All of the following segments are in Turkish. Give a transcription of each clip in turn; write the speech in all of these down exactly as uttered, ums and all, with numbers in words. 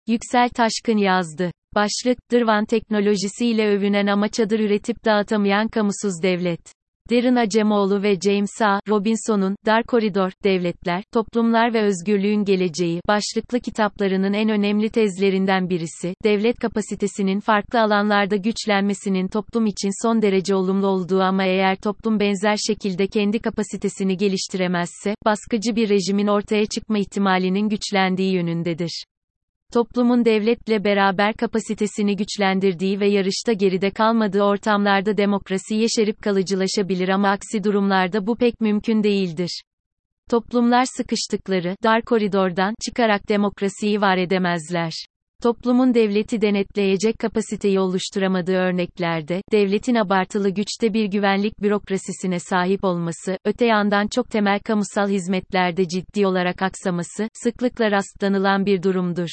Yüksel Taşkın yazdı. Başlık, Dırvan teknolojisiyle övünen ama çadır üretip dağıtamayan kamusuz devlet. Darren Acemoğlu ve James A. Robinson'un, Dar Koridor, Devletler, Toplumlar ve Özgürlüğün Geleceği, başlıklı kitaplarının en önemli tezlerinden birisi, devlet kapasitesinin farklı alanlarda güçlenmesinin toplum için son derece olumlu olduğu ama eğer toplum benzer şekilde kendi kapasitesini geliştiremezse, baskıcı bir rejimin ortaya çıkma ihtimalinin güçlendiği yönündedir. Toplumun devletle beraber kapasitesini güçlendirdiği ve yarışta geride kalmadığı ortamlarda demokrasi yeşerip kalıcılaşabilir ama aksi durumlarda bu pek mümkün değildir. Toplumlar sıkıştıkları, dar koridordan çıkarak demokrasiyi var edemezler. Toplumun devleti denetleyecek kapasiteyi oluşturamadığı örneklerde, devletin abartılı güçte bir güvenlik bürokrasisine sahip olması, öte yandan çok temel kamusal hizmetlerde ciddi olarak aksaması, sıklıkla rastlanılan bir durumdur.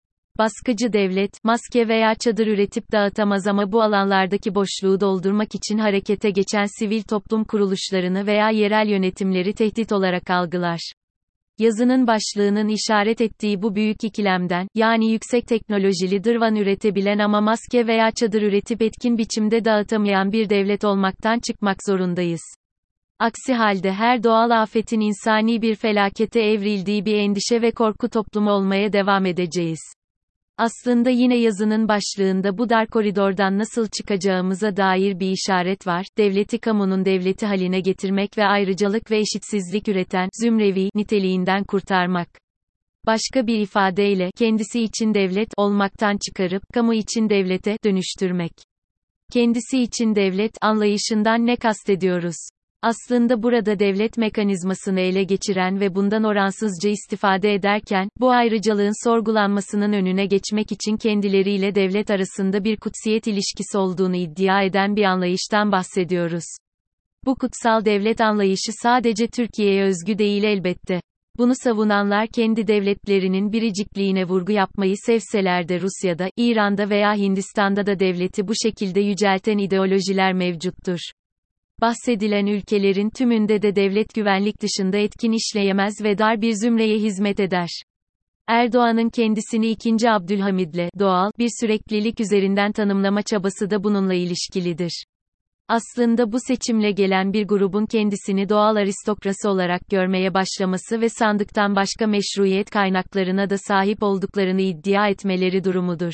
Baskıcı devlet, maske veya çadır üretip dağıtamaz ama bu alanlardaki boşluğu doldurmak için harekete geçen sivil toplum kuruluşlarını veya yerel yönetimleri tehdit olarak algılar. Yazının başlığının işaret ettiği bu büyük ikilemden, yani yüksek teknolojili dırvan üretebilen ama maske veya çadır üretip etkin biçimde dağıtamayan bir devlet olmaktan çıkmak zorundayız. Aksi halde her doğal afetin insani bir felakete evrildiği bir endişe ve korku toplumu olmaya devam edeceğiz. Aslında yine yazının başlığında bu dar koridordan nasıl çıkacağımıza dair bir işaret var, devleti kamunun devleti haline getirmek ve ayrıcalık ve eşitsizlik üreten, zümrevi, niteliğinden kurtarmak. Başka bir ifadeyle, kendisi için devlet, olmaktan çıkarıp, kamu için devlete, dönüştürmek. Kendisi için devlet, anlayışından ne kastediyoruz? Aslında burada devlet mekanizmasını ele geçiren ve bundan oransızca istifade ederken, bu ayrıcalığın sorgulanmasının önüne geçmek için kendileriyle devlet arasında bir kutsiyet ilişkisi olduğunu iddia eden bir anlayıştan bahsediyoruz. Bu kutsal devlet anlayışı sadece Türkiye'ye özgü değil elbette. Bunu savunanlar kendi devletlerinin biricikliğine vurgu yapmayı sevseler de Rusya'da, İran'da veya Hindistan'da da devleti bu şekilde yücelten ideolojiler mevcuttur. Bahsedilen ülkelerin tümünde de devlet güvenlik dışında etkin işleyemez ve dar bir zümreye hizmet eder. Erdoğan'ın kendisini ikinci. Abdülhamid'le doğal bir süreklilik üzerinden tanımlama çabası da bununla ilişkilidir. Aslında bu seçimle gelen bir grubun kendisini doğal aristokrasi olarak görmeye başlaması ve sandıktan başka meşruiyet kaynaklarına da sahip olduklarını iddia etmeleri durumudur.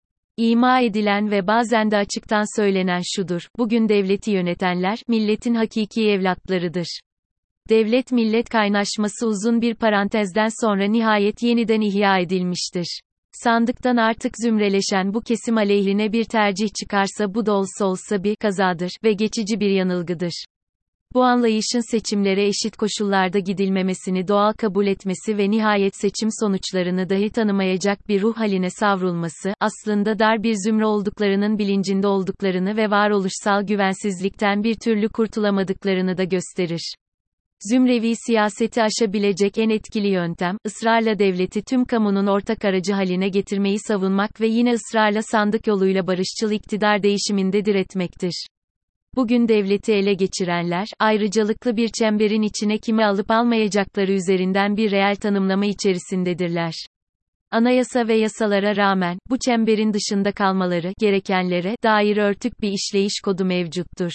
İma edilen ve bazen de açıktan söylenen şudur, bugün devleti yönetenler, milletin hakiki evlatlarıdır. Devlet-millet kaynaşması uzun bir parantezden sonra nihayet yeniden ihya edilmiştir. Sandıktan artık zümreleşen bu kesim aleyhine bir tercih çıkarsa bu da olsa olsa bir kazadır ve geçici bir yanılgıdır. Bu anlayışın seçimlere eşit koşullarda gidilmemesini doğal kabul etmesi ve nihayet seçim sonuçlarını dahi tanımayacak bir ruh haline savrulması, aslında dar bir zümre olduklarının bilincinde olduklarını ve varoluşsal güvensizlikten bir türlü kurtulamadıklarını da gösterir. Zümrevi siyaseti aşabilecek en etkili yöntem, ısrarla devleti tüm kamunun ortak aracı haline getirmeyi savunmak ve yine ısrarla sandık yoluyla barışçıl iktidar değişiminde diretmektir. Bugün devleti ele geçirenler, ayrıcalıklı bir çemberin içine kimi alıp almayacakları üzerinden bir reel tanımlama içerisindedirler. Anayasa ve yasalara rağmen, bu çemberin dışında kalmaları gerekenlere dair örtük bir işleyiş kodu mevcuttur.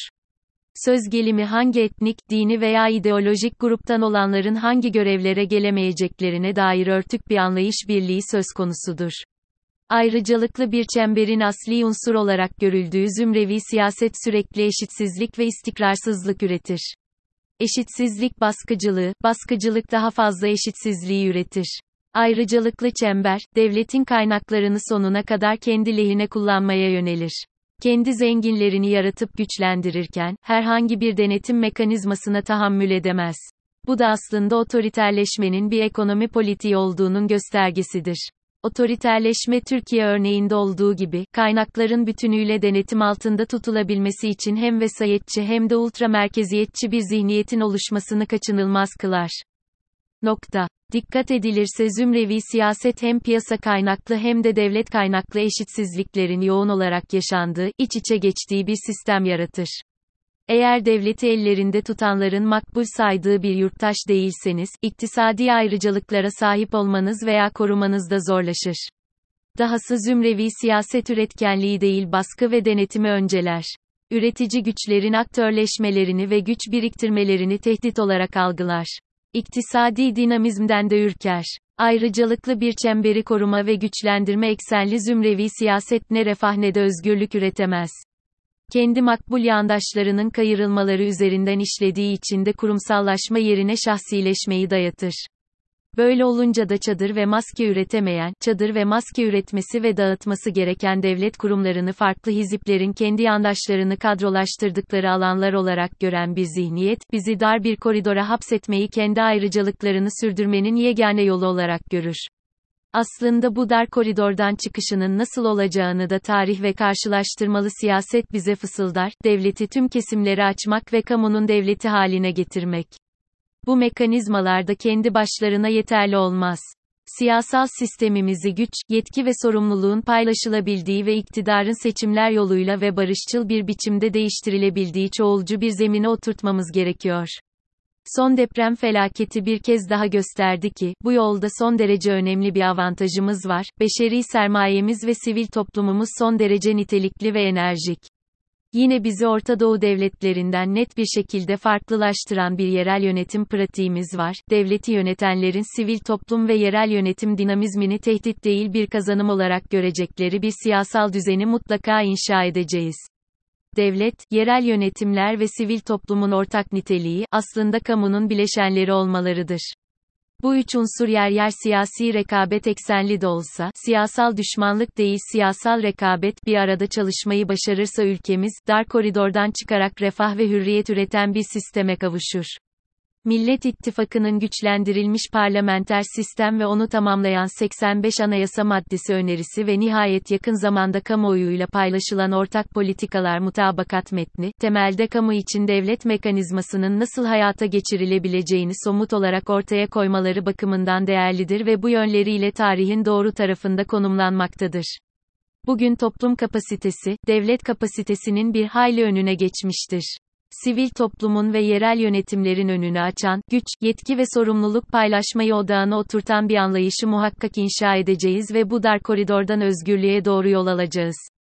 Söz gelimi hangi etnik, dini veya ideolojik gruptan olanların hangi görevlere gelemeyeceklerine dair örtük bir anlayış birliği söz konusudur. Ayrıcalıklı bir çemberin asli unsur olarak görüldüğü zümrevi siyaset sürekli eşitsizlik ve istikrarsızlık üretir. Eşitsizlik baskıcılığı, baskıcılık daha fazla eşitsizliği üretir. Ayrıcalıklı çember, devletin kaynaklarını sonuna kadar kendi lehine kullanmaya yönelir. Kendi zenginlerini yaratıp güçlendirirken, herhangi bir denetim mekanizmasına tahammül edemez. Bu da aslında otoriterleşmenin bir ekonomi politiği olduğunun göstergesidir. Otoriterleşme Türkiye örneğinde olduğu gibi, kaynakların bütünüyle denetim altında tutulabilmesi için hem vesayetçi hem de ultramerkeziyetçi bir zihniyetin oluşmasını kaçınılmaz kılar. Nokta. Dikkat edilirse zümrevi siyaset hem piyasa kaynaklı hem de devlet kaynaklı eşitsizliklerin yoğun olarak yaşandığı, iç içe geçtiği bir sistem yaratır. Eğer devleti ellerinde tutanların makbul saydığı bir yurttaş değilseniz, iktisadi ayrıcalıklara sahip olmanız veya korumanız da zorlaşır. Dahası zümrevi siyaset üretkenliği değil baskı ve denetimi önceler. Üretici güçlerin aktörleşmelerini ve güç biriktirmelerini tehdit olarak algılar. İktisadi dinamizmden de ürker. Ayrıcalıklı bir çemberi koruma ve güçlendirme eksenli zümrevi siyaset ne refah ne de özgürlük üretemez. Kendi makbul yandaşlarının kayırılmaları üzerinden işlediği için de kurumsallaşma yerine şahsileşmeyi dayatır. Böyle olunca da çadır ve maske üretemeyen, çadır ve maske üretmesi ve dağıtması gereken devlet kurumlarını farklı hiziplerin kendi yandaşlarını kadrolaştırdıkları alanlar olarak gören bir zihniyet, bizi dar bir koridora hapsetmeyi kendi ayrıcalıklarını sürdürmenin yegane yolu olarak görür. Aslında bu dar koridordan çıkışının nasıl olacağını da tarih ve karşılaştırmalı siyaset bize fısıldar, devleti tüm kesimlere açmak ve kamunun devleti haline getirmek. Bu mekanizmalar da kendi başlarına yeterli olmaz. Siyasal sistemimizi güç, yetki ve sorumluluğun paylaşılabildiği ve iktidarın seçimler yoluyla ve barışçıl bir biçimde değiştirilebildiği çoğulcu bir zemine oturtmamız gerekiyor. Son deprem felaketi bir kez daha gösterdi ki, bu yolda son derece önemli bir avantajımız var, beşeri sermayemiz ve sivil toplumumuz son derece nitelikli ve enerjik. Yine bizi Orta Doğu devletlerinden net bir şekilde farklılaştıran bir yerel yönetim pratiğimiz var, devleti yönetenlerin sivil toplum ve yerel yönetim dinamizmini tehdit değil bir kazanım olarak görecekleri bir siyasal düzeni mutlaka inşa edeceğiz. Devlet, yerel yönetimler ve sivil toplumun ortak niteliği, aslında kamunun bileşenleri olmalarıdır. Bu üç unsur yer yer siyasi rekabet eksenli de olsa, siyasal düşmanlık değil siyasal rekabet, bir arada çalışmayı başarırsa ülkemiz, dar koridordan çıkarak refah ve hürriyet üreten bir sisteme kavuşur. Millet İttifakı'nın güçlendirilmiş parlamenter sistem ve onu tamamlayan seksen beş Anayasa maddesi önerisi ve nihayet yakın zamanda kamuoyuyla paylaşılan ortak politikalar mutabakat metni, temelde kamu için devlet mekanizmasının nasıl hayata geçirilebileceğini somut olarak ortaya koymaları bakımından değerlidir ve bu yönleriyle tarihin doğru tarafında konumlanmaktadır. Bugün toplum kapasitesi, devlet kapasitesinin bir hayli önüne geçmiştir. Sivil toplumun ve yerel yönetimlerin önünü açan, güç, yetki ve sorumluluk paylaşmayı odağına oturtan bir anlayışı muhakkak inşa edeceğiz ve bu dar koridordan özgürlüğe doğru yol alacağız.